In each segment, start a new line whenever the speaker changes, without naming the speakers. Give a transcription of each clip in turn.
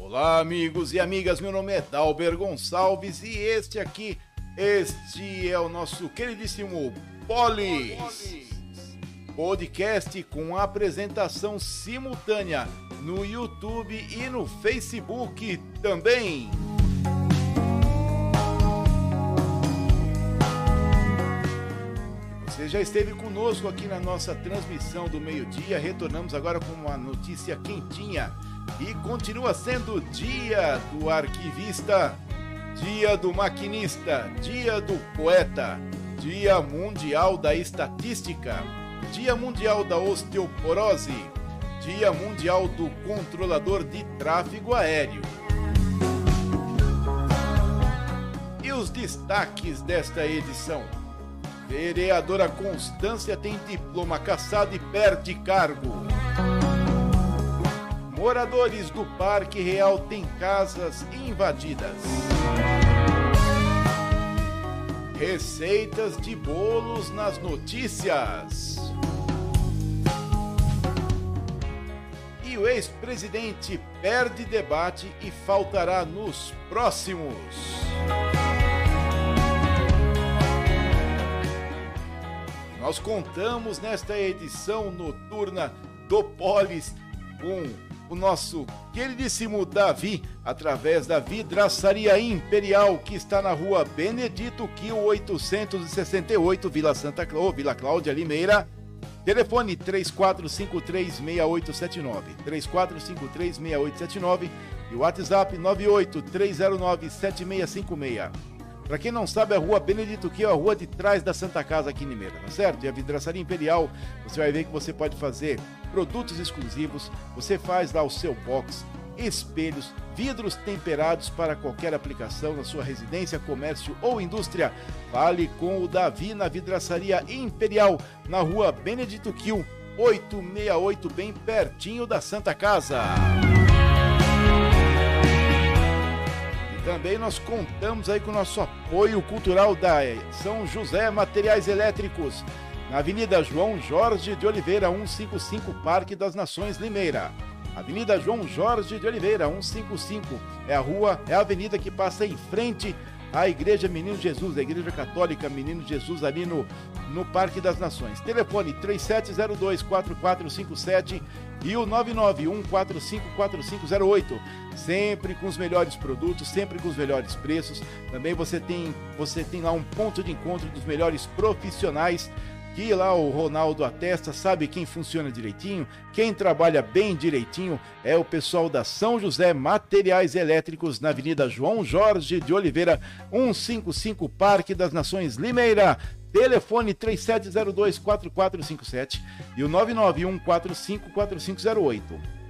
Olá, amigos e amigas, meu nome é Dalber Gonçalves e este é o nosso queridíssimo Polis, podcast com apresentação simultânea no YouTube e no Facebook também. Você já esteve conosco aqui na nossa transmissão do meio-dia, retornamos agora com uma notícia quentinha. E continua sendo dia do arquivista, dia do maquinista, dia do poeta, dia mundial da estatística, dia mundial da osteoporose, dia mundial do controlador de tráfego aéreo. E os destaques desta edição: vereadora Constância tem diploma cassado e perde cargo. Moradores do Parque Real têm casas invadidas. Receitas de bolos nas notícias. E o ex-presidente perde debate e faltará nos próximos. Nós contamos nesta edição noturna do Polis com o nosso queridíssimo Davi, através da Vidraçaria Imperial, que está na rua Benedito Quil 868, Vila Cláudia, Limeira. Telefone 3453-6879, 3453-6879 e o WhatsApp 98309-7656. Para quem não sabe, a rua Benedito Quil é a rua de trás da Santa Casa aqui em Limeira, tá certo? E a Vidraçaria Imperial, você vai ver que você pode fazer produtos exclusivos, você faz lá o seu box, espelhos, vidros temperados para qualquer aplicação na sua residência, comércio ou indústria. Fale com o Davi na Vidraçaria Imperial, na rua Benedito Quil 868, bem pertinho da Santa Casa. Também nós contamos aí com o nosso apoio cultural da São José Materiais Elétricos, na Avenida João Jorge de Oliveira, 155, Parque das Nações, Limeira. Avenida João Jorge de Oliveira, 155, é a avenida que passa em frente à Igreja Menino Jesus, a Igreja Católica Menino Jesus, ali no Parque das Nações. Telefone 3702-4457 e o 991454508. Sempre com os melhores produtos, sempre com os melhores preços. Também você tem lá um ponto de encontro dos melhores profissionais, que lá o Ronaldo atesta, sabe quem funciona direitinho, quem trabalha bem direitinho é o pessoal da São José Materiais Elétricos, na Avenida João Jorge de Oliveira, 155, Parque das Nações, Limeira. Telefone 3702-4457 e o 991454508.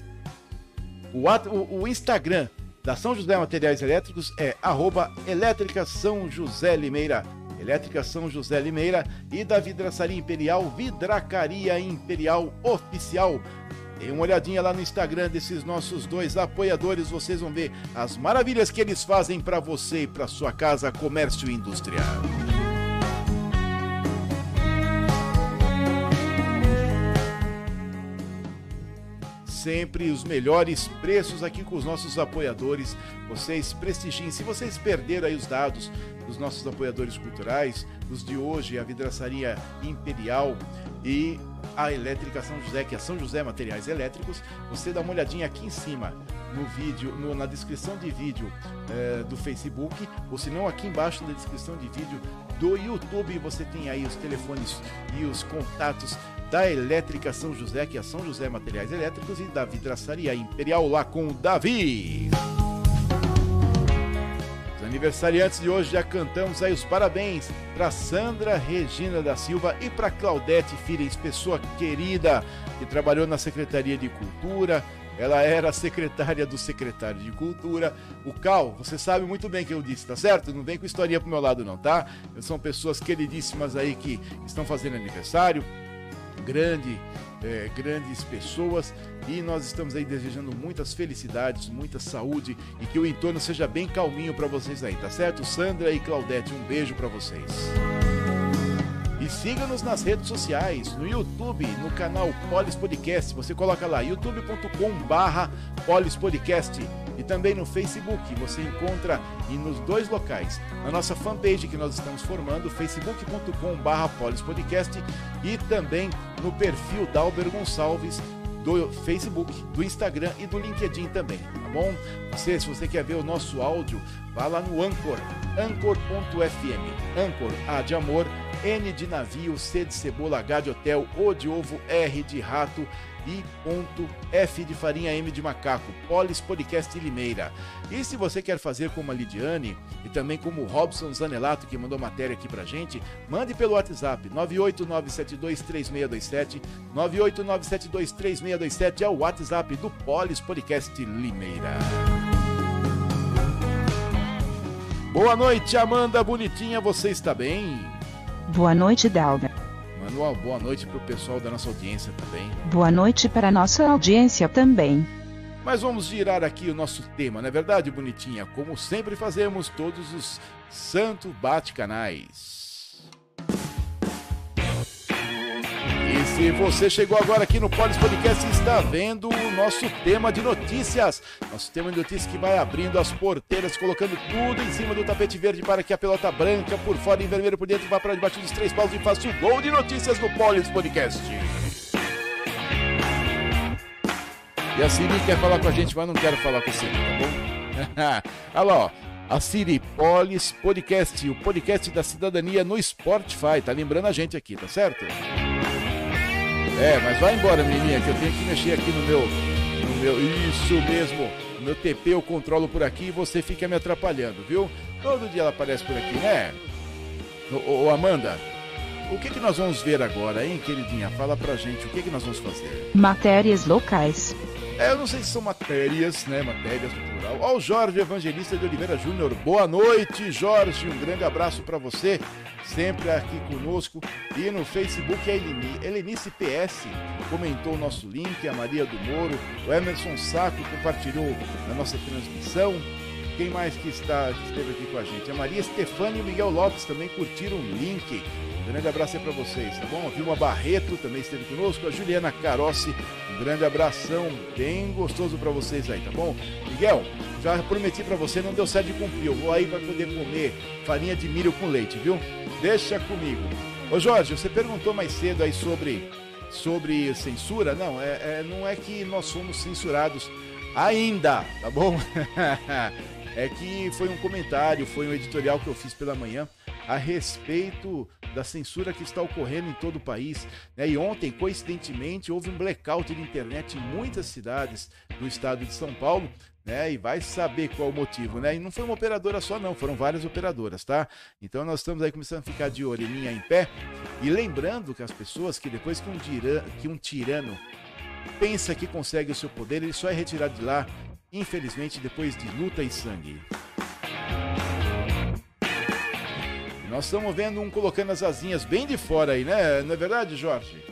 O Instagram da São José Materiais Elétricos é @Elétrica São José Limeira. Elétrica São José Limeira, e da Vidraçaria Imperial, Vidracaria Imperial Oficial. Dê uma olhadinha lá no Instagram desses nossos dois apoiadores, vocês vão ver as maravilhas que eles fazem para você e para sua casa, comércio e indústria. Sempre os melhores preços aqui com os nossos apoiadores. Vocês prestigiem. Se vocês perderam aí os dados dos nossos apoiadores culturais, os de hoje, a Vidraçaria Imperial e a Elétrica São José, que é São José Materiais Elétricos, você dá uma olhadinha aqui em cima no vídeo, na descrição de vídeo do Facebook, ou se não, aqui embaixo na descrição de vídeo do YouTube, você tem aí os telefones e os contatos da Elétrica São José, que é São José Materiais Elétricos, e da Vidraçaria Imperial, lá com o Davi. Os aniversariantes de hoje, já cantamos aí os parabéns para Sandra Regina da Silva e para Claudete Firens, pessoa querida, que trabalhou na Secretaria de Cultura. Ela era secretária do secretário de Cultura. O Cal, você sabe muito bem o que eu disse, tá certo? Não vem com historinha pro meu lado não, tá? São pessoas queridíssimas aí que estão fazendo aniversário. Grandes pessoas, e nós estamos aí desejando muitas felicidades, muita saúde e que o entorno seja bem calminho para vocês aí, tá certo? Sandra e Claudete, um beijo para vocês. E siga-nos nas redes sociais, no YouTube, no canal Polis Podcast. Você coloca lá youtube.com/Polis Podcast e também no Facebook. Você encontra nos dois locais, na nossa fanpage que nós estamos formando, facebook.com/polispodcast, e também no perfil Dalber Gonçalves do Facebook, do Instagram e do LinkedIn também, tá bom? Se você quer ver o nosso áudio, vá lá no Anchor, anchor.fm, Anchor, A de amor, N de navio, C de cebola, H de hotel, O de ovo, R de rato e ponto, F de farinha, M de macaco, Polis Podcast Limeira. E se você quer fazer como a Lidiane e também como o Robson Zanelato, que mandou matéria aqui pra gente, mande pelo WhatsApp 989723627, 989723627 é o WhatsApp do Polis Podcast Limeira. Boa noite, Amanda Bonitinha, você está bem?
Boa noite, Dalber.
Manuel, boa noite para o pessoal da nossa audiência também.
Boa noite para a nossa audiência também.
Mas vamos girar aqui o nosso tema, não é verdade, Bonitinha? Como sempre fazemos todos os Santo Bate-Canais. E se você chegou agora aqui no Polis Podcast e está vendo o nosso tema de notícias. Nosso tema de notícias que vai abrindo as porteiras, colocando tudo em cima do tapete verde para que a pelota branca por fora e vermelho por dentro vá para debaixo dos 3 paus e faça o gol de notícias no Polis Podcast. E a Siri quer falar com a gente, mas não quero falar com você, tá bom? Olha lá, ó. A Siri, Polis Podcast, o podcast da cidadania no Spotify. Tá lembrando a gente aqui, tá certo? Mas vai embora, menininha, que eu tenho que mexer aqui no meu... Isso mesmo, o meu TP eu controlo por aqui e você fica me atrapalhando, viu? Todo dia ela aparece por aqui, né? Ô Amanda, o que nós vamos ver agora, hein, queridinha? Fala pra gente, o que nós vamos fazer?
Matérias locais.
Eu não sei se são matérias, né? Matérias no plural. Ó, o Jorge Evangelista de Oliveira Júnior. Boa noite, Jorge. Um grande abraço para você, sempre aqui conosco. E no Facebook, a Helenice PS comentou o nosso link, a Maria do Moro. O Emerson Saco compartilhou na nossa transmissão. Quem mais que esteve aqui com a gente? A Maria Stefani e o Miguel Lopes também curtiram o link. Um grande abraço aí pra vocês, tá bom? A Vilma Barreto também esteve conosco, a Juliana Carossi, um grande abração, bem gostoso pra vocês aí, tá bom? Miguel, já prometi pra você, não deu certo de cumprir, eu vou aí pra poder comer farinha de milho com leite, viu? Deixa comigo. Ô Jorge, você perguntou mais cedo aí sobre censura, não é que nós somos censurados ainda, tá bom? É que foi um comentário, foi um editorial que eu fiz pela manhã a respeito da censura que está ocorrendo em todo o país, né? E ontem, coincidentemente, houve um blackout de internet em muitas cidades do estado de São Paulo, né? E vai saber qual o motivo, né? E não foi uma operadora só não, foram várias operadoras, tá? Então nós estamos aí começando a ficar de orelhinha em pé e lembrando que as pessoas que depois que um tirano pensa que consegue o seu poder, ele só é retirado de lá, infelizmente, depois de luta e sangue. Nós estamos vendo um colocando as asinhas bem de fora aí, né? Não é verdade, Jorge?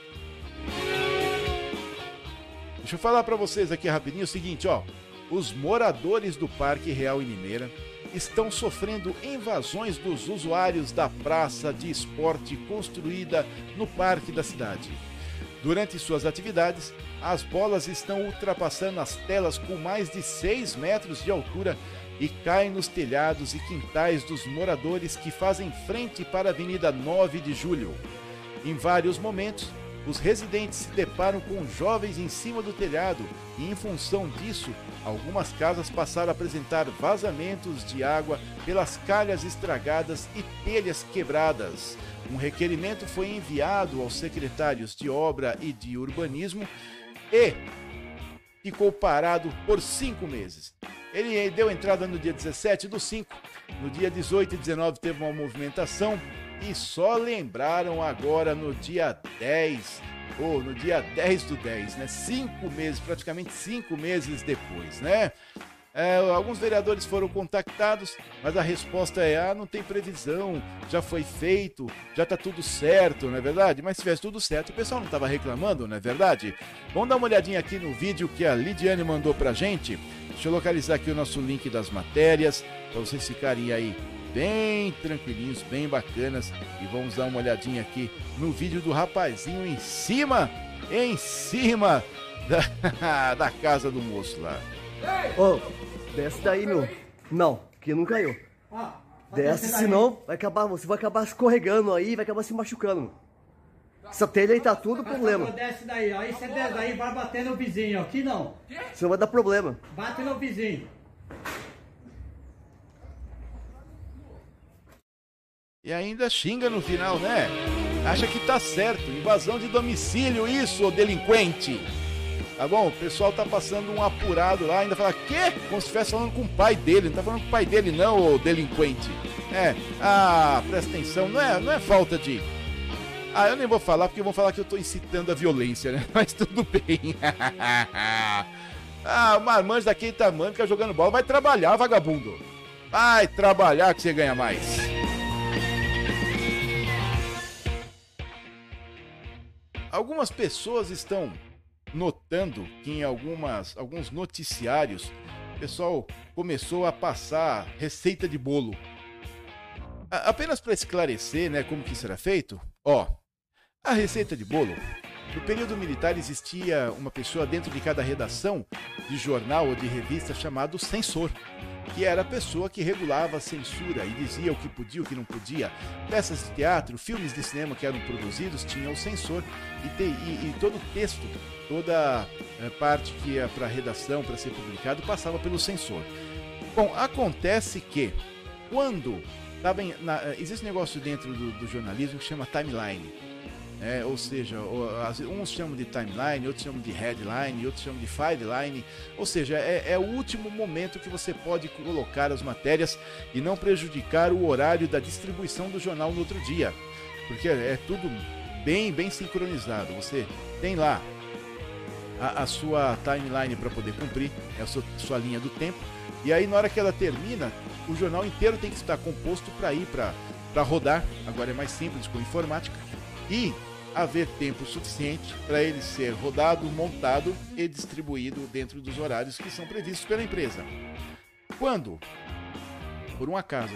Deixa eu falar para vocês aqui rapidinho o seguinte, ó. Os moradores do Parque Real em Limeira estão sofrendo invasões dos usuários da praça de esporte construída no parque da cidade. Durante suas atividades, as bolas estão ultrapassando as telas com mais de 6 metros de altura e caem nos telhados e quintais dos moradores que fazem frente para a Avenida 9 de Julho. Em vários momentos, os residentes se deparam com jovens em cima do telhado e, em função disso, algumas casas passaram a apresentar vazamentos de água pelas calhas estragadas e telhas quebradas. Um requerimento foi enviado aos secretários de Obra e de Urbanismo e ficou parado por 5 meses. Ele deu entrada no dia 17 do 5, no dia 18 e 19 teve uma movimentação e só lembraram agora no dia 10, no dia 10 do 10, né? 5 meses, praticamente 5 meses depois, né? Alguns vereadores foram contactados, mas a resposta é, não tem previsão, já foi feito, já tá tudo certo, não é verdade? Mas se tivesse tudo certo, o pessoal não estava reclamando, não é verdade? Vamos dar uma olhadinha aqui no vídeo que a Lidiane mandou pra gente. Deixa eu localizar aqui o nosso link das matérias, para vocês ficarem aí bem tranquilinhos, bem bacanas. E vamos dar uma olhadinha aqui no vídeo do rapazinho em cima da casa do moço lá.
Ô, desce daí, meu. Não, que não caiu. Desce, senão você vai acabar escorregando aí, vai acabar se machucando, meu. Essa telha aí tá tudo problema.
Desce daí, aí você desce daí, vai bater no vizinho. Aqui não.
Senão vai dar problema.
Bate no vizinho.
E ainda xinga no final, né? Acha que tá certo. Invasão de domicílio, isso, ô delinquente. Tá bom? O pessoal tá passando um apurado lá, ainda fala, quê? Como se estivesse falando com o pai dele. Não tá falando com o pai dele, não, ô delinquente. Presta atenção, não é falta de... eu nem vou falar, porque vão falar que eu tô incitando a violência, né? Mas tudo bem. O marmanjo daquele tamanho fica jogando bola. Vai trabalhar, vagabundo. Vai trabalhar que você ganha mais. Algumas pessoas estão notando que em alguns noticiários o pessoal começou a passar receita de bolo. Apenas para esclarecer, né, como que isso era feito, a receita de bolo, no período militar existia uma pessoa dentro de cada redação de jornal ou de revista chamado censor, que era a pessoa que regulava a censura e dizia o que podia, o que não podia. Peças de teatro, filmes de cinema que eram produzidos tinham o censor e todo o texto, toda parte que ia para a redação para ser publicado passava pelo censor. Bom, acontece que quando existe um negócio dentro do jornalismo que chama timeline. Ou seja, uns chamam de timeline, outros chamam de headline, outros chamam de fideline. Ou seja, é o último momento que você pode colocar as matérias e não prejudicar o horário da distribuição do jornal no outro dia. Porque é tudo bem sincronizado. Você tem lá a sua timeline para poder cumprir, é a sua linha do tempo. E aí, na hora que ela termina, o jornal inteiro tem que estar composto para ir para rodar. Agora é mais simples com informática. E haver tempo suficiente para ele ser rodado, montado e distribuído dentro dos horários que são previstos pela empresa. Quando, por um acaso,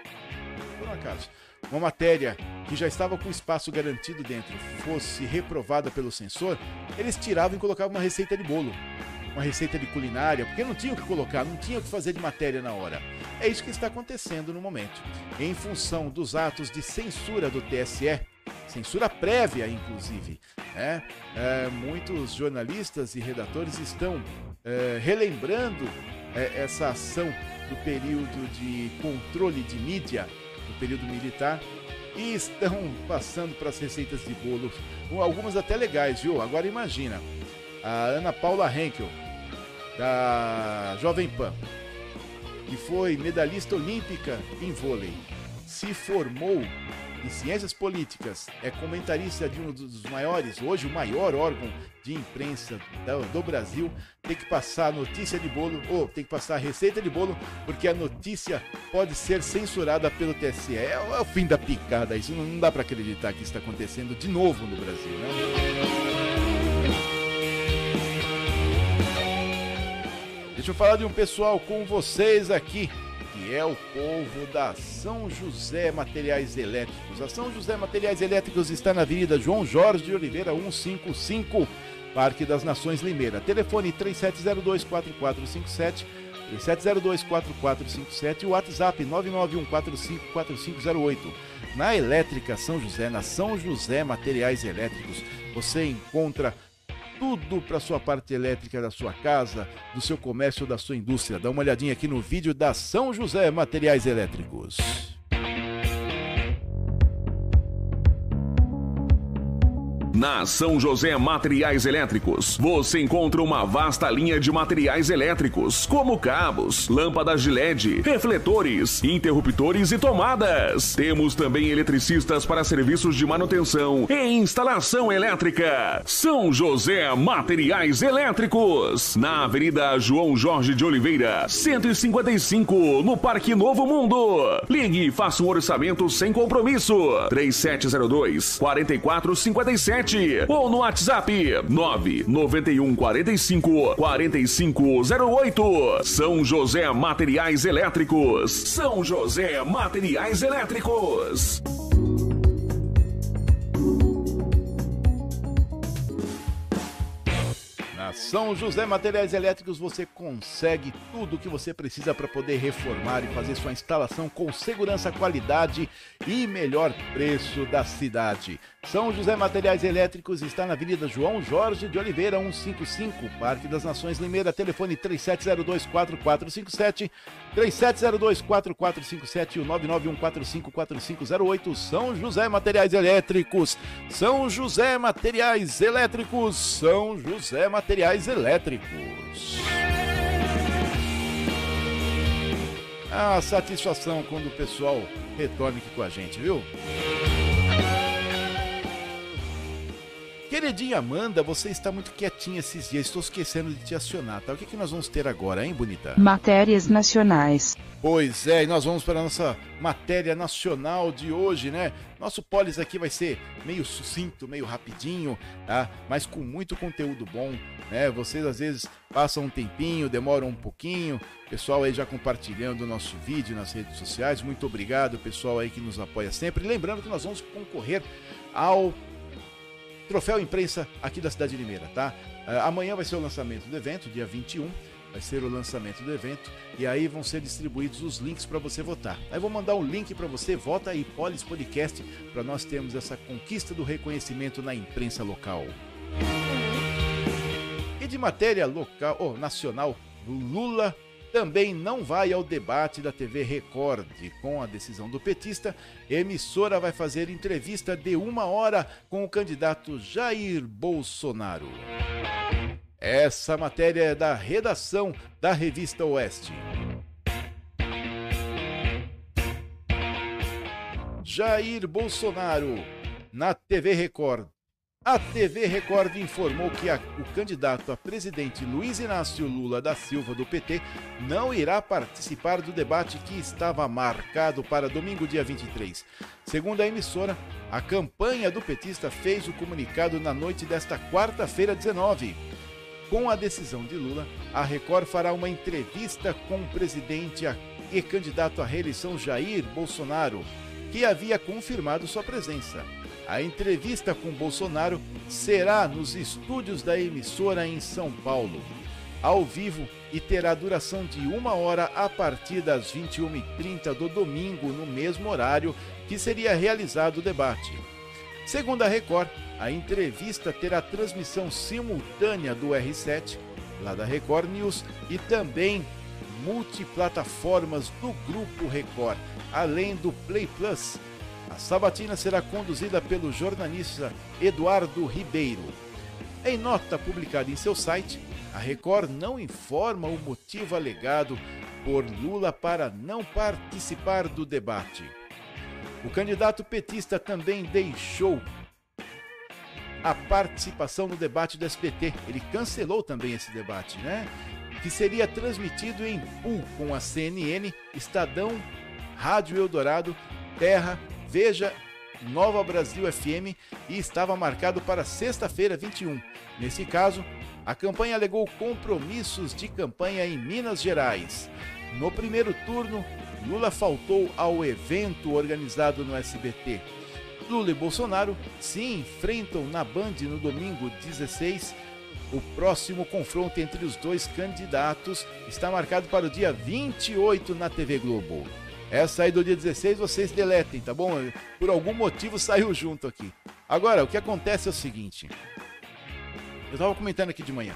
uma matéria que já estava com espaço garantido dentro fosse reprovada pelo censor, eles tiravam e colocavam uma receita de bolo, uma receita de culinária, porque não tinham o que colocar, não tinham o que fazer de matéria na hora. É isso que está acontecendo no momento. Em função dos atos de censura do TSE, censura prévia, inclusive, muitos jornalistas e redatores estão relembrando essa ação do período de controle de mídia, do período militar, e estão passando para as receitas de bolo, algumas até legais, viu? Agora imagina, a Ana Paula Henkel, da Jovem Pan, que foi medalhista olímpica em vôlei, se formou em ciências políticas, é comentarista de um dos maiores, hoje o maior órgão de imprensa do Brasil, tem que passar notícia de bolo, ou tem que passar receita de bolo, porque a notícia pode ser censurada pelo TSE. É o fim da picada, isso não dá para acreditar que isso está acontecendo de novo no Brasil, né? Deixa eu falar de um pessoal com vocês aqui, que é o povo da São José Materiais Elétricos. A São José Materiais Elétricos está na Avenida João Jorge de Oliveira, 155, Parque das Nações, Limeira. Telefone 3702-4457, 3702-4457 e o WhatsApp 991454508. Na Elétrica São José, na São José Materiais Elétricos, você encontra tudo para sua parte elétrica da sua casa, do seu comércio ou da sua indústria. Dá uma olhadinha aqui no vídeo da São José Materiais Elétricos.
Na São José Materiais Elétricos, você encontra uma vasta linha de materiais elétricos, como cabos, lâmpadas de LED, refletores, interruptores e tomadas. Temos também eletricistas para serviços de manutenção e instalação elétrica. São José Materiais Elétricos, na Avenida João Jorge de Oliveira, 155, no Parque Novo Mundo. Ligue e faça um orçamento sem compromisso. 3702-4457 ou no WhatsApp 99145-4508. São José Materiais Elétricos. São José Materiais Elétricos.
São José Materiais Elétricos, você consegue tudo o que você precisa para poder reformar e fazer sua instalação com segurança, qualidade e melhor preço da cidade. São José Materiais Elétricos está na Avenida João Jorge de Oliveira, 155, Parque das Nações, Limeira. Telefone 3702-4457, 3702-4457 e o 991454508. São José Materiais Elétricos. São José Materiais Elétricos. São José Materiais Elétricos. A satisfação quando o pessoal retorna aqui com a gente, viu? Queridinha Amanda, você está muito quietinha esses dias, estou esquecendo de te acionar, tá? O que nós vamos ter agora, hein, bonita?
Matérias nacionais.
Pois é, e nós vamos para a nossa matéria nacional de hoje, né? Nosso Polis aqui vai ser meio sucinto, meio rapidinho, tá? Mas com muito conteúdo bom, né? Vocês às vezes passam um tempinho, demoram um pouquinho, pessoal aí já compartilhando o nosso vídeo nas redes sociais, muito obrigado, pessoal aí que nos apoia sempre. Lembrando que nós vamos concorrer ao Troféu Imprensa aqui da cidade de Limeira, tá? Amanhã vai ser o lançamento do evento, dia 21, vai ser o lançamento do evento, e aí vão ser distribuídos os links para você votar. Aí vou mandar um link para você, vota aí, Polis Podcast, para nós termos essa conquista do reconhecimento na imprensa local. E de matéria local, nacional, Lula também não vai ao debate da TV Record. Com a decisão do petista, a emissora vai fazer entrevista de 1 hora com o candidato Jair Bolsonaro. Essa matéria é da redação da Revista Oeste. Jair Bolsonaro na TV Record. A TV Record informou que o candidato a presidente Luiz Inácio Lula da Silva, do PT, não irá participar do debate que estava marcado para domingo, dia 23. Segundo a emissora, a campanha do petista fez o comunicado na noite desta quarta-feira, 19. Com a decisão de Lula, a Record fará uma entrevista com o presidente e candidato à reeleição Jair Bolsonaro, que havia confirmado sua presença. A entrevista com Bolsonaro será nos estúdios da emissora em São Paulo, ao vivo, e terá duração de 1 hora a partir das 21h30 do domingo, no mesmo horário que seria realizado o debate. Segundo a Record, a entrevista terá transmissão simultânea do R7, lá da Record News, e também multiplataformas do Grupo Record, além do Play Plus. A sabatina será conduzida pelo jornalista Eduardo Ribeiro. Em nota publicada em seu site, a Record não informa o motivo alegado por Lula para não participar do debate. O candidato petista também deixou a participação no debate do SBT. Ele cancelou também esse debate, né? Que seria transmitido em pool com a CNN, Estadão, Rádio Eldorado, Terra, Veja, Nova Brasil FM, e estava marcado para sexta-feira, 21. Nesse caso, a campanha alegou compromissos de campanha em Minas Gerais. No primeiro turno, Lula faltou ao evento organizado no SBT. Lula e Bolsonaro se enfrentam na Band no domingo 16. O próximo confronto entre os dois candidatos está marcado para o dia 28 na TV Globo. Essa aí do dia 16 vocês deletem, tá bom? Por algum motivo saiu junto aqui. Agora, o que acontece é o seguinte. Eu estava comentando aqui de manhã.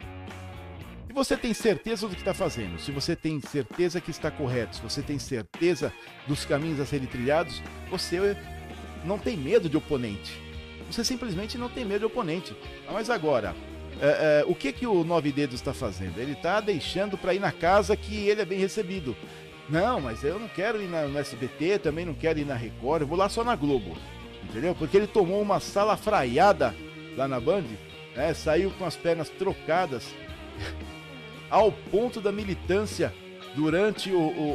Se você tem certeza do que está fazendo, se você tem certeza que está correto, se você tem certeza dos caminhos a serem trilhados, você não tem medo de oponente. Você simplesmente não tem medo de oponente. Mas agora, o que o Nove Dedos está fazendo? Ele está deixando para ir na casa que ele é bem recebido. Não, mas eu não quero ir no SBT, também não quero ir na Record, eu vou lá só na Globo, entendeu? Porque ele tomou uma salafraiada lá na Band, né? Saiu com as pernas trocadas, ao ponto da militância, durante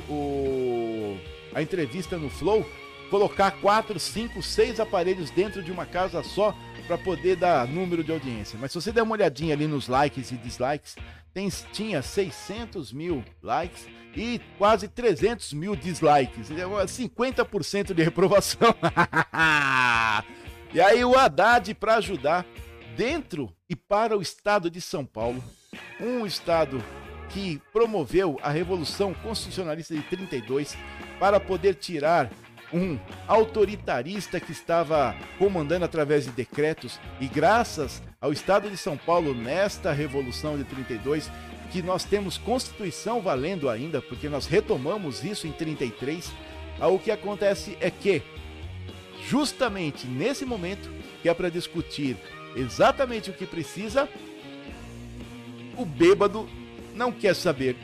a entrevista no Flow, colocar 4, 5, 6 aparelhos dentro de uma casa só para poder dar número de audiência. Mas se você der uma olhadinha ali nos likes e dislikes, tinha 600 mil likes e quase 300 mil dislikes, 50% de reprovação. E aí o Haddad, para ajudar, dentro e para o estado de São Paulo, um estado que promoveu a Revolução Constitucionalista de 32 para poder tirar um autoritarista que estava comandando através de decretos, e graças ao estado de São Paulo nesta Revolução de 32, que nós temos Constituição valendo ainda, porque nós retomamos isso em 33, o que acontece é que, justamente nesse momento, que é para discutir exatamente o que precisa, o bêbado não quer saber.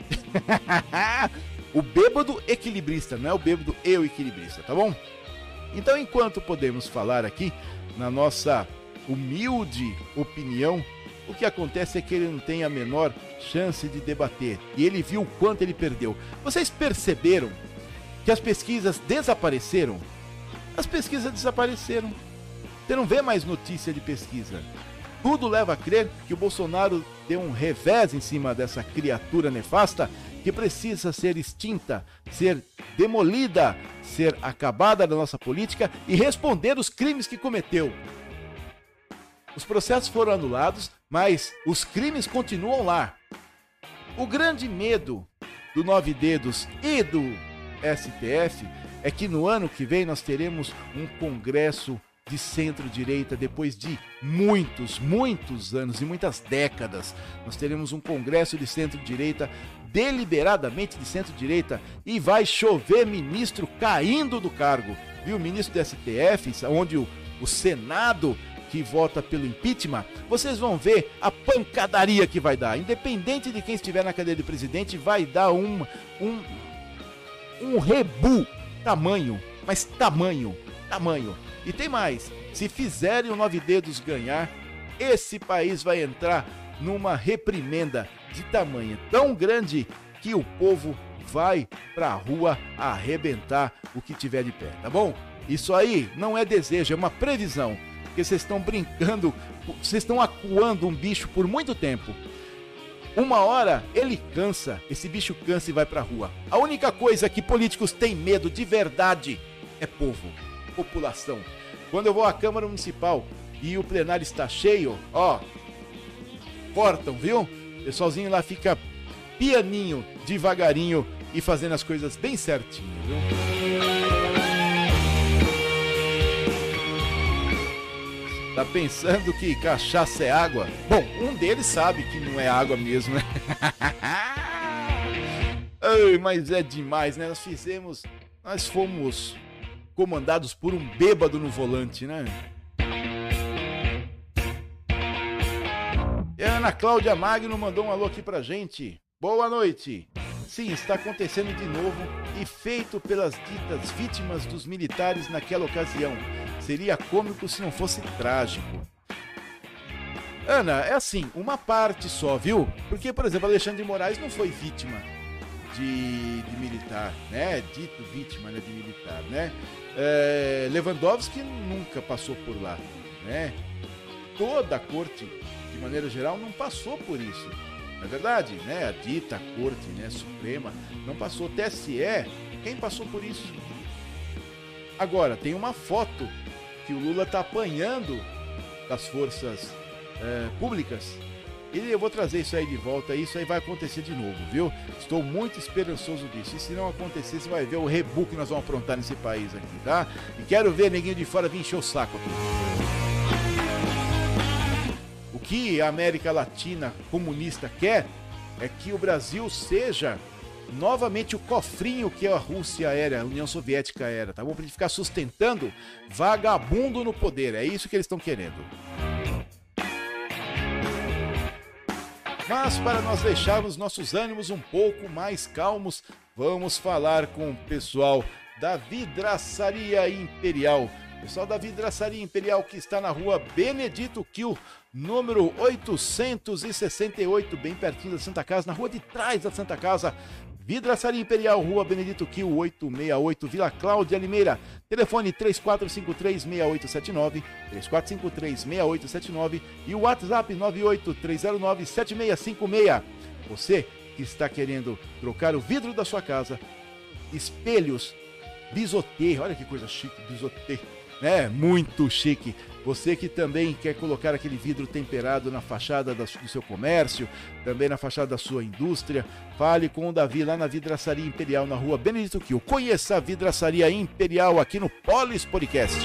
O bêbado equilibrista, não é o bêbado eu equilibrista, tá bom? Então, enquanto podemos falar aqui, na nossa humilde opinião, o que acontece é que ele não tem a menor chance de debater. E ele viu o quanto ele perdeu. Vocês perceberam que as pesquisas desapareceram? As pesquisas desapareceram. Você não vê mais notícia de pesquisa. Tudo leva a crer que o Bolsonaro deu um revés em cima dessa criatura nefasta que precisa ser extinta, ser demolida, ser acabada da nossa política e responder os crimes que cometeu. Os processos foram anulados, mas os crimes continuam lá. O grande medo do Nove Dedos e do STF é que no ano que vem nós teremos um congresso de centro-direita. Depois de muitos anos e muitas décadas, nós teremos um congresso de centro-direita, deliberadamente de centro-direita, e vai chover ministro caindo do cargo, viu? Ministro do STF, onde o Senado que vota pelo impeachment, vocês vão ver a pancadaria que vai dar. Independente de quem estiver na cadeira de presidente, vai dar um rebu tamanho, mas tamanho. E tem mais, se fizerem o Nove Dedos ganhar, esse país vai entrar numa reprimenda de tamanho tão grande que o povo vai pra rua arrebentar o que tiver de pé, tá bom? Isso aí não é desejo, é uma previsão, porque vocês estão brincando, vocês estão acuando um bicho por muito tempo. Uma hora ele cansa, esse bicho cansa e vai pra rua. A única coisa que políticos têm medo de verdade é povo, população. Quando eu vou à Câmara Municipal e o plenário está cheio, cortam, viu? O pessoalzinho lá fica pianinho, devagarinho e fazendo as coisas bem certinho, viu? Tá pensando que cachaça é água? Bom, um deles sabe que não é água mesmo, né? Ai, mas é demais, né? Nós fomos comandados por um bêbado no volante, né? E a Ana Cláudia Magno mandou um alô aqui pra gente. Boa noite. Sim, está acontecendo de novo e feito pelas ditas vítimas dos militares naquela ocasião. Seria cômico se não fosse trágico. Ana, é assim, uma parte só, viu? Porque, por exemplo, Alexandre de Moraes não foi vítima de militar, né? Dito vítima, né, de militar, né? Lewandowski nunca passou por lá, né? Toda a corte, de maneira geral, não passou por isso. Não é verdade, né? A dita corte, né, suprema não passou. TSE, quem passou por isso? Agora, tem uma foto que o Lula tá apanhando das forças públicas. E eu vou trazer isso aí de volta, isso aí vai acontecer de novo, viu? Estou muito esperançoso disso. E se não acontecer, você vai ver o rebu que nós vamos aprontar nesse país aqui, tá? E quero ver neguinho de fora vir encher o saco aqui. O que a América Latina comunista quer é que o Brasil seja novamente o cofrinho que a Rússia era, a União Soviética era, tá bom? Pra gente ficar sustentando vagabundo no poder, é isso que eles estão querendo. Mas para nós deixarmos nossos ânimos um pouco mais calmos, vamos falar com o pessoal da Vidraçaria Imperial. Pessoal da Vidraçaria Imperial que está na rua Benedito Kiel, número 868, bem pertinho da Santa Casa, na rua de trás da Santa Casa. Vidraçaria Imperial, rua Benedito Kiel, 868, Vila Cláudia Limeira. Telefone 3453-6879, 3453-6879 e o WhatsApp 98309-7656. Você que está querendo trocar o vidro da sua casa, espelhos, bisotê, olha que coisa chique, bisotê. né? Muito chique. Você que também quer colocar aquele vidro temperado na fachada do seu comércio, também na fachada da sua indústria, fale com o Davi lá na Vidraçaria Imperial, na rua Benedito Kiel. Conheça a Vidraçaria Imperial aqui no Polis Podcast.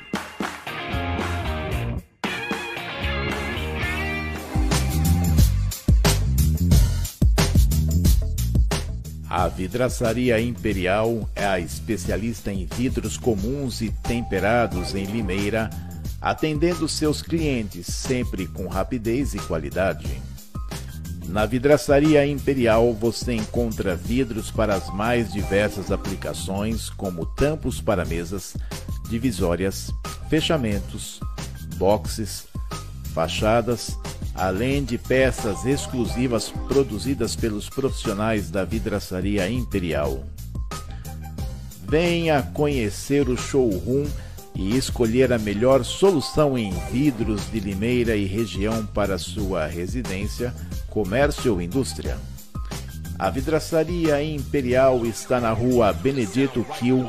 A Vidraçaria Imperial é a especialista em vidros comuns e temperados em Limeira, atendendo seus clientes sempre com rapidez e qualidade. Na Vidraçaria Imperial você encontra vidros para as mais diversas aplicações, como tampos para mesas, divisórias, fechamentos, boxes, fachadas, além de peças exclusivas produzidas pelos profissionais da Vidraçaria Imperial. Venha conhecer o showroom e escolher a melhor solução em vidros de Limeira e região para sua residência, comércio ou indústria. A Vidraçaria Imperial está na rua Benedito Kiel,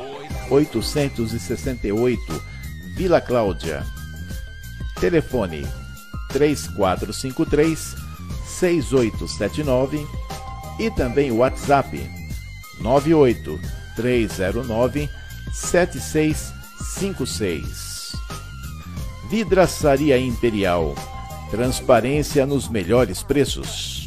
868, Vila Cláudia. Telefone 3453-6879 e também o WhatsApp 98-309-7656. Vidraçaria Imperial, transparência nos melhores preços.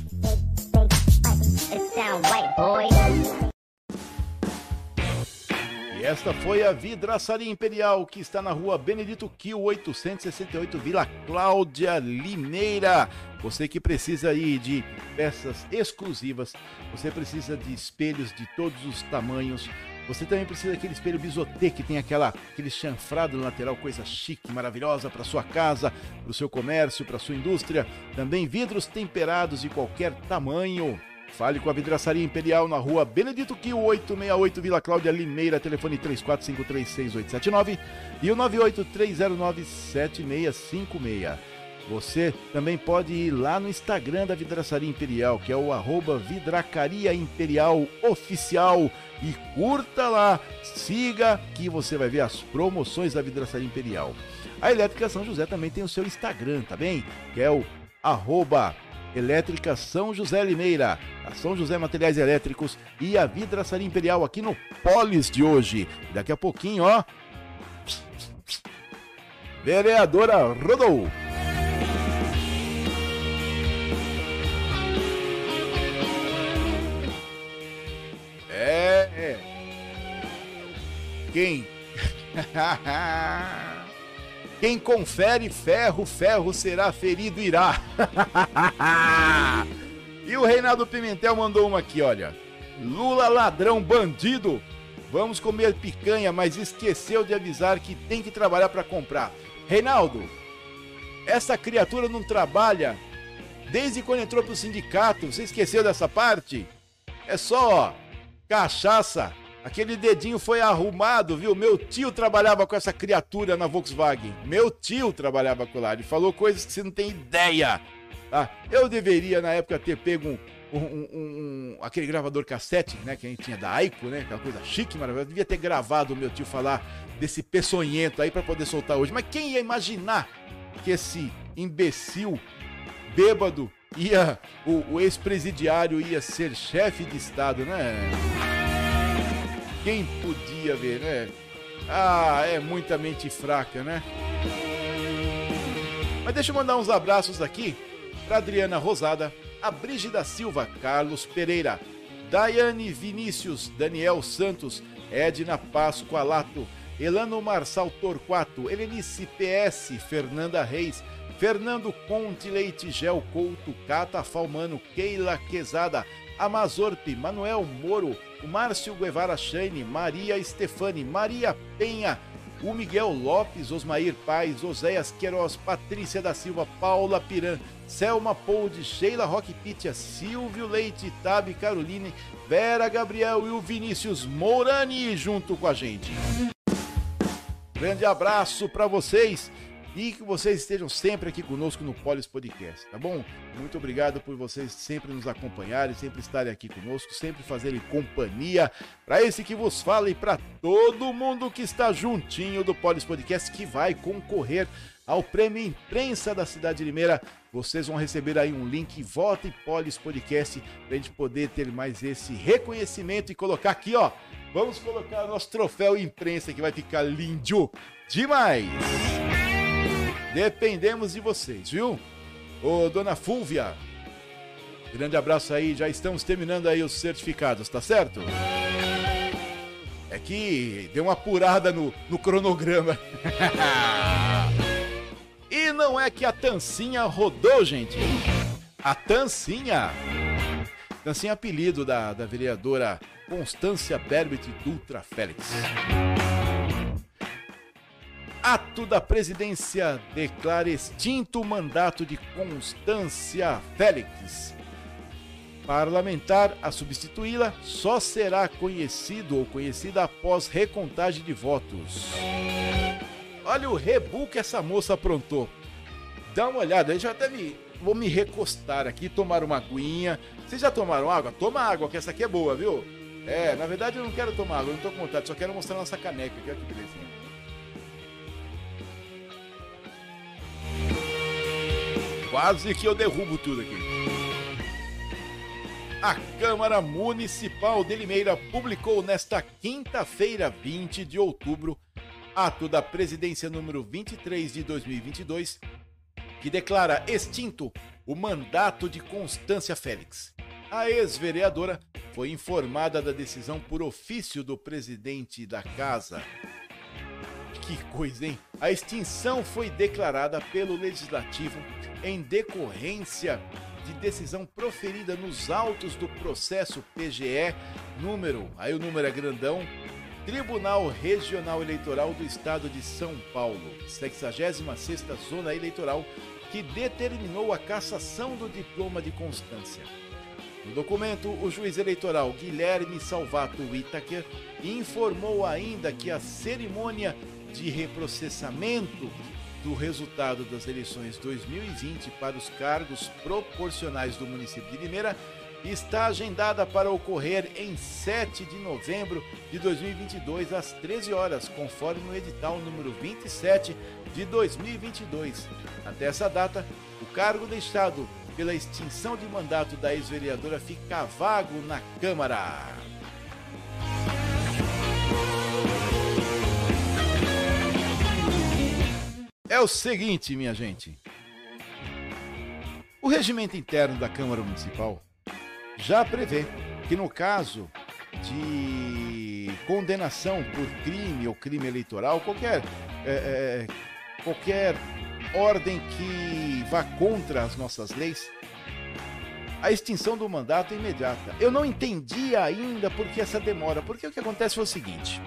E esta foi a Vidraçaria Imperial, que está na rua Benedito Kiel, 868, Vila Cláudia, Limeira. Você que precisa aí de peças exclusivas, você precisa de espelhos de todos os tamanhos, você também precisa daquele espelho bisotê que tem aquele chanfrado no lateral, coisa chique, maravilhosa para sua casa, para o seu comércio, para a sua indústria. Também vidros temperados de qualquer tamanho. Fale com a Vidraçaria Imperial na rua Benedito Kiel, 868, Vila Cláudia, Limeira. Telefone 3453-6879 e o 98309-7656. Você também pode ir lá no Instagram da Vidraçaria Imperial, que é o @Vidracaria Imperial Oficial, e curta lá, siga, que você vai ver as promoções da Vidraçaria Imperial. A Elétrica São José também tem o seu Instagram, tá bem? Que é o @Elétrica São José Limeira, a São José Materiais Elétricos e a Vidraçaria Imperial aqui no Polis de hoje. Daqui a pouquinho, ó, vereadora rodou. Quem confere ferro, ferro será ferido irá. E o Reinaldo Pimentel mandou uma aqui, olha. Lula ladrão bandido. Vamos comer picanha, mas esqueceu de avisar que tem que trabalhar para comprar. Reinaldo, essa criatura não trabalha desde quando entrou pro sindicato. Você esqueceu dessa parte? É só, ó, cachaça. Aquele dedinho foi arrumado, viu? Meu tio trabalhava com essa criatura na Volkswagen. Meu tio trabalhava com lá. Ele falou coisas que você não tem ideia. Tá? Eu deveria, na época, ter pego aquele gravador cassete, né? Que a gente tinha da Aiko, né? Aquela coisa chique, maravilhosa. Eu devia ter gravado o meu tio falar desse peçonhento aí pra poder soltar hoje. Mas quem ia imaginar que esse imbecil, bêbado, o ex-presidiário ia ser chefe de Estado, né? Quem podia ver, né? Ah, é muita mente fraca, né? Mas deixa eu mandar uns abraços aqui para Adriana Rosada, a Brígida Silva, Carlos Pereira, Daiane Vinícius, Daniel Santos, Edna Pascoalato, Elano Marçal Torquato, Helenice PS, Fernanda Reis, Fernando Conte Leite Gel Couto, Cata Falmano, Keila Quezada, Amazorpe, Manuel Moro, o Márcio Guevara Chane, Maria Stefani, Maria Penha, o Miguel Lopes, Osmair Paz, Oséias Queiroz, Patrícia da Silva, Paula Piran, Selma Poldi, Sheila Roque Pitia, Silvio Leite, Tabi Caroline, Vera Gabriel e o Vinícius Mourani junto com a gente. Grande abraço para vocês. e que vocês estejam sempre aqui conosco no Polis Podcast, tá bom? Muito obrigado por vocês sempre nos acompanharem, sempre estarem aqui conosco, sempre fazerem companhia para esse que vos fala e para todo mundo que está juntinho do Polis Podcast, que vai concorrer ao Prêmio Imprensa da cidade de Limeira. Vocês vão receber aí um link, Vote Polis Podcast, pra gente poder ter mais esse reconhecimento e colocar aqui, ó. Vamos colocar o nosso troféu imprensa, que vai ficar lindo demais. Dependemos de vocês, viu? Ô, dona Fúvia, grande abraço aí, já estamos terminando aí os certificados, tá certo? É que deu uma apurada no cronograma. E não é que a Tancinha rodou, gente. A Tancinha é apelido da vereadora Constância Berbit Dutra Félix. Ato da presidência declara extinto o mandato de Constância Félix. Parlamentar a substituí-la só será conhecido ou conhecida após recontagem de votos. Olha o rebu que essa moça aprontou. Dá uma olhada, eu já até vou me recostar aqui, tomar uma aguinha. Vocês já tomaram água? Toma água, que essa aqui é boa, viu? Na verdade eu não quero tomar água, eu não tô com vontade, só quero mostrar nossa caneca aqui, olha que belezinha. Quase que eu derrubo tudo aqui. A Câmara Municipal de Limeira publicou nesta quinta-feira, 20 de outubro, ato da presidência número 23 de 2022, que declara extinto o mandato de Constância Félix. A ex-vereadora foi informada da decisão por ofício do presidente da casa. Que coisa, hein? A extinção foi declarada pelo Legislativo em decorrência de decisão proferida nos autos do processo PGE número, aí o número é grandão, Tribunal Regional Eleitoral do Estado de São Paulo, 66ª Zona Eleitoral, que determinou a cassação do diploma de Constância. No documento, o juiz eleitoral Guilherme Salvato Whittaker informou ainda que a cerimônia de reprocessamento do resultado das eleições 2020 para os cargos proporcionais do município de Limeira está agendada para ocorrer em 7 de novembro de 2022, às 13 horas, conforme o edital número 27 de 2022. Até essa data, o cargo deixado pela extinção de mandato da ex-vereadora fica vago na Câmara. É o seguinte, minha gente. O regimento interno da Câmara Municipal já prevê que no caso de condenação por crime ou crime eleitoral, qualquer ordem que vá contra as nossas leis, a extinção do mandato é imediata. Eu não entendi ainda por que essa demora, porque o que acontece foi o seguinte: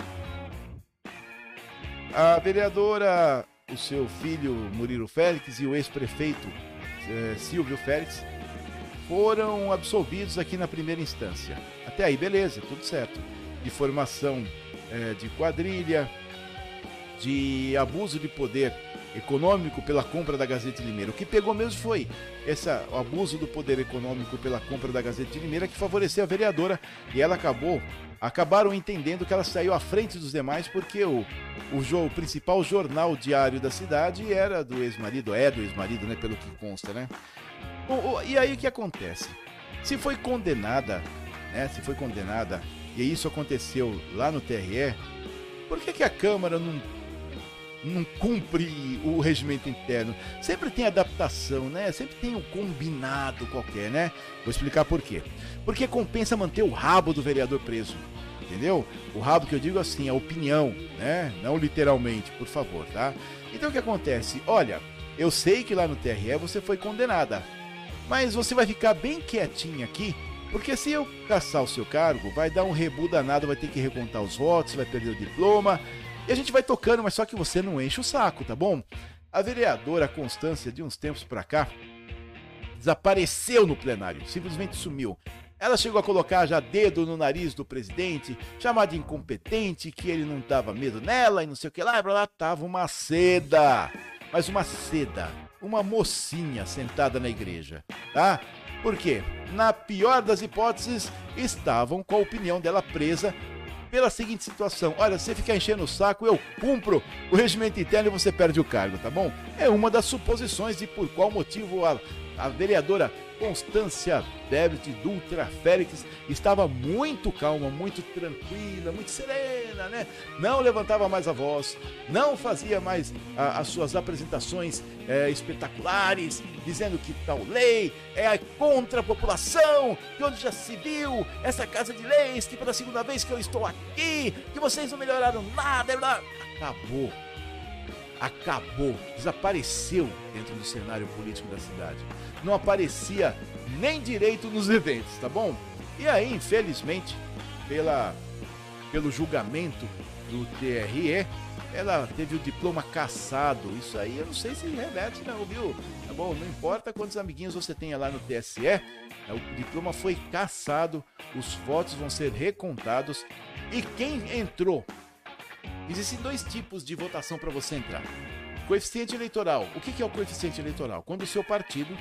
a vereadora, o seu filho Murilo Félix e o ex-prefeito Silvio Félix foram absolvidos aqui na primeira instância. Até aí, beleza, tudo certo. De formação de quadrilha, de abuso de poder econômico pela compra da Gazeta de Limeira. O que pegou mesmo foi o abuso do poder econômico pela compra da Gazeta de Limeira, que favoreceu a vereadora, e ela acabaram entendendo que ela saiu à frente dos demais porque o principal jornal diário da cidade era do ex-marido, né, pelo que consta, né? E aí o que acontece? Se foi condenada, e isso aconteceu lá no TRE, por que a Câmara não cumpre o regimento interno? Sempre tem adaptação, né? Sempre tem um combinado qualquer, né? Vou explicar por quê. Porque compensa manter o rabo do vereador preso, entendeu? O rabo que eu digo assim, a opinião, né? Não literalmente, por favor, tá? Então o que acontece? Olha, eu sei que lá no TRE você foi condenada, mas você vai ficar bem quietinha aqui, porque se eu cassar o seu cargo, vai dar um rebu danado, vai ter que recontar os votos, vai perder o diploma, e a gente vai tocando, mas só que você não enche o saco, tá bom? A vereadora Constância, de uns tempos pra cá, desapareceu no plenário, simplesmente sumiu. Ela chegou a colocar já dedo no nariz do presidente, chamar de incompetente, que ele não dava medo nela e não sei o que lá, tava uma seda. mas uma seda, uma mocinha sentada na igreja, tá? Por quê? Na pior das hipóteses, estavam com a opinião dela presa pela seguinte situação: olha, se você ficar enchendo o saco, eu cumpro o regimento interno e você perde o cargo, tá bom? É uma das suposições de por qual motivo a vereadora Constância Debit Dutra Félix estava muito calma, muito tranquila, muito serena, né? Não levantava mais a voz, não fazia mais as suas apresentações espetaculares, dizendo que tal lei é contra a população, que onde já se viu essa casa de leis, que pela segunda vez que eu estou aqui, que vocês não melhoraram nada. Acabou, desapareceu dentro do cenário político da cidade. Não aparecia nem direito nos eventos, tá bom? E aí, infelizmente, pelo julgamento do TRE, ela teve o diploma cassado. Isso aí eu não sei se reverte não, viu? Tá bom? Não importa quantos amiguinhos você tenha lá no TSE, o diploma foi cassado, os votos vão ser recontados. E quem entrou? Existem 2 tipos de votação para você entrar. Coeficiente eleitoral. O que é o coeficiente eleitoral? Quando o seu partido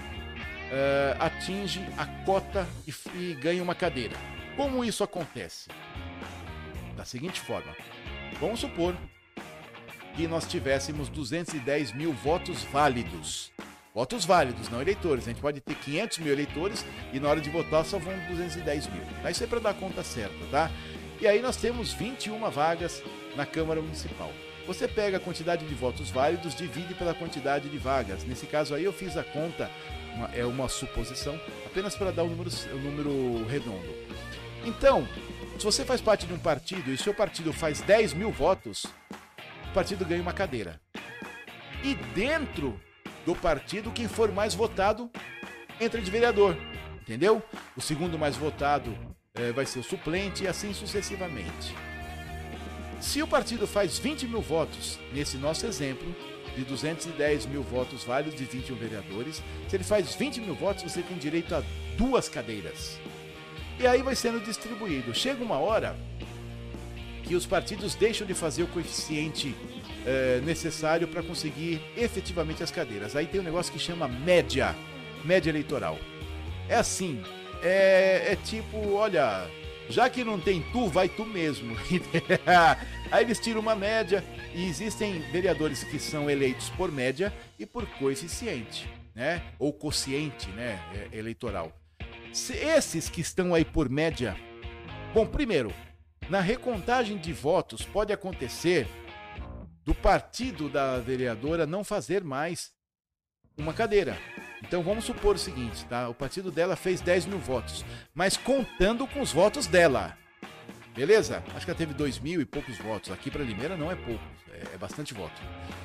atinge a cota e ganha uma cadeira. Como isso acontece? Da seguinte forma: vamos supor que nós tivéssemos 210 mil votos válidos. Votos válidos, não eleitores. A gente pode ter 500 mil eleitores e na hora de votar só vão 210 mil. Isso é para dar a conta certa, tá? E aí nós temos 21 vagas na Câmara Municipal. Você pega a quantidade de votos válidos, divide pela quantidade de vagas. Nesse caso aí eu fiz a conta, é uma suposição, apenas para dar um número redondo. Então, se você faz parte de um partido e o seu partido faz 10 mil votos, o partido ganha uma cadeira. E dentro do partido, quem for mais votado entra de vereador, entendeu? O segundo mais votado vai ser o suplente e assim sucessivamente. Se o partido faz 20 mil votos, nesse nosso exemplo, de 210 mil votos válidos de 21 vereadores, se ele faz 20 mil votos, você tem direito a 2 cadeiras. E aí vai sendo distribuído. Chega uma hora que os partidos deixam de fazer o coeficiente necessário para conseguir efetivamente as cadeiras. Aí tem um negócio que chama média eleitoral. É assim, é tipo, olha, já que não tem tu, vai tu mesmo. Aí eles tiram uma média e existem vereadores que são eleitos por média e por coeficiente, né? Ou quociente, né? Eleitoral. Esses que estão aí por média, bom, primeiro, na recontagem de votos pode acontecer do partido da vereadora não fazer mais uma cadeira. Então vamos supor o seguinte, tá? O partido dela fez 10 mil votos, mas contando com os votos dela. Beleza? Acho que ela teve 2 mil e poucos votos. Aqui para Limeira não é pouco, é bastante voto.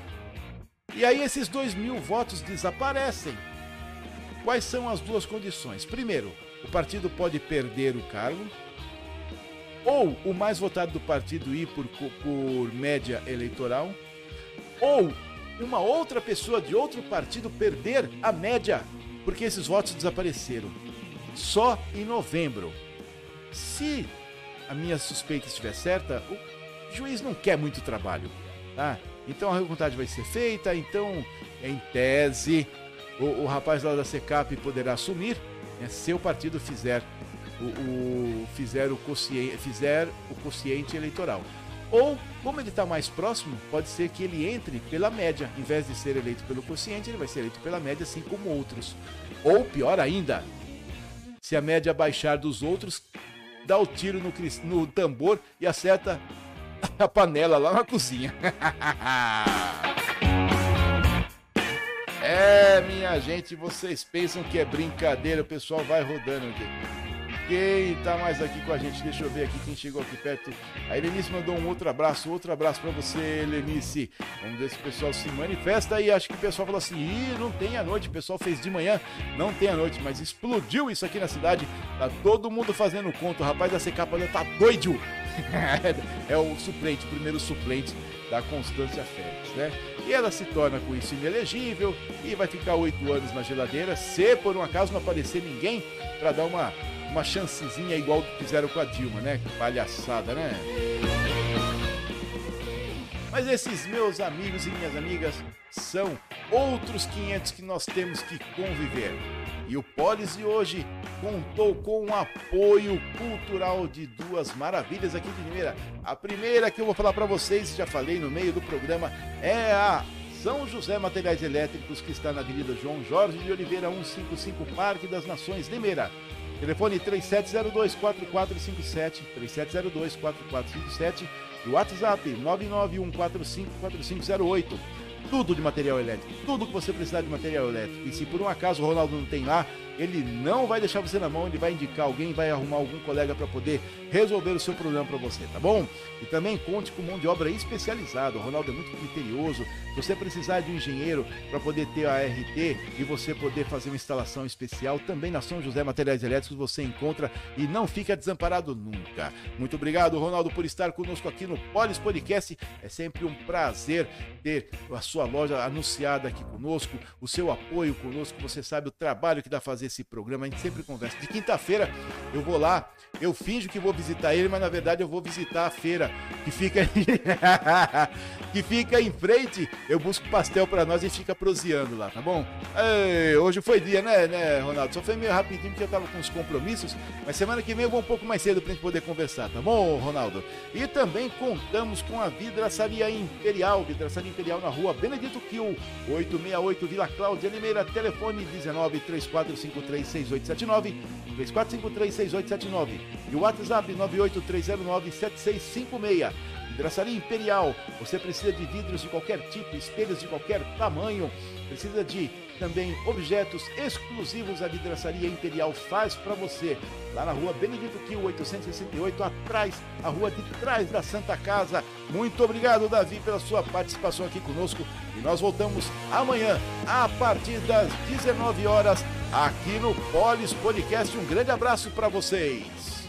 E aí esses 2 mil votos desaparecem. Quais são as 2 condições? Primeiro, o partido pode perder o cargo, ou o mais votado do partido ir por média eleitoral, ou uma outra pessoa de outro partido perder a média, porque esses votos desapareceram. Só em novembro. Se a minha suspeita estiver certa, o juiz não quer muito trabalho, tá? Então a recontagem vai ser feita, então, em tese, o rapaz lá da SECAP poderá assumir, né, se o partido fizer o quociente eleitoral. Ou, como ele está mais próximo, pode ser que ele entre pela média. Em vez de ser eleito pelo quociente, ele vai ser eleito pela média, assim como outros. Ou, pior ainda, se a média baixar dos outros, dá o tiro no tambor e acerta a panela lá na cozinha. Minha gente, vocês pensam que é brincadeira, o pessoal vai rodando aqui. Quem tá mais aqui com a gente? Deixa eu ver aqui quem chegou aqui perto. A Helenice mandou um outro abraço pra você, Helenice. Vamos ver se o pessoal se manifesta aí. Acho que o pessoal falou assim, não tem à noite. O pessoal fez de manhã, não tem à noite, mas explodiu isso aqui na cidade. Tá todo mundo fazendo conta. O rapaz da Secapa tá doido. É o suplente, o primeiro suplente da Constância Félix, né? E ela se torna com isso inelegível e vai ficar 8 anos na geladeira, se por um acaso não aparecer ninguém para dar uma chancezinha igual que fizeram com a Dilma, né? Que palhaçada, né? Mas esses meus amigos e minhas amigas são outros 500 que nós temos que conviver. E o Polis de hoje contou com o apoio cultural de duas maravilhas aqui de Limeira. A primeira que eu vou falar para vocês, já falei no meio do programa, é a São José Materiais Elétricos, que está na Avenida João Jorge de Oliveira, 155, Parque das Nações, Limeira. Telefone 3702-4457, 3702-4457 e o WhatsApp 991454508. Tudo de material elétrico, tudo que você precisar de material elétrico. E se por um acaso o Ronaldo não tem lá, ele não vai deixar você na mão, ele vai indicar alguém, vai arrumar algum colega para poder resolver o seu problema para você, tá bom? E também conte com mão de obra especializada. O Ronaldo é muito criterioso. Se você precisar de um engenheiro para poder ter a RT e você poder fazer uma instalação especial, também na São José Materiais Elétricos você encontra e não fica desamparado nunca. Muito obrigado, Ronaldo, por estar conosco aqui no Polis Podcast. É sempre um prazer ter a sua loja anunciada aqui conosco, o seu apoio conosco. Você sabe o trabalho que dá fazer esse programa, a gente sempre conversa. De quinta-feira eu vou lá, eu finjo que vou visitar ele, mas na verdade eu vou visitar a feira que fica que fica em frente. Eu busco pastel pra nós e fica proseando lá, tá bom? Ei, hoje foi dia, né, Ronaldo? Só foi meio rapidinho porque eu tava com uns compromissos, mas semana que vem eu vou um pouco mais cedo pra gente poder conversar, tá bom, Ronaldo? E também contamos com a Vidraçaria Imperial na rua Benedito Kiel, 868 Vila Cláudia, Limeira. Telefone 1934536879, 34536879 e o WhatsApp 983097656. Vidraçaria Imperial, você precisa de vidros de qualquer tipo, espelhos de qualquer tamanho, precisa de também objetos exclusivos. A Vidraçaria Imperial faz para você, lá na rua Benedito Kiel, 868, atrás, a rua de trás da Santa Casa. Muito obrigado, Davi, pela sua participação aqui conosco, e nós voltamos amanhã, a partir das 19 horas, aqui no Polis Podcast. Um grande abraço para vocês.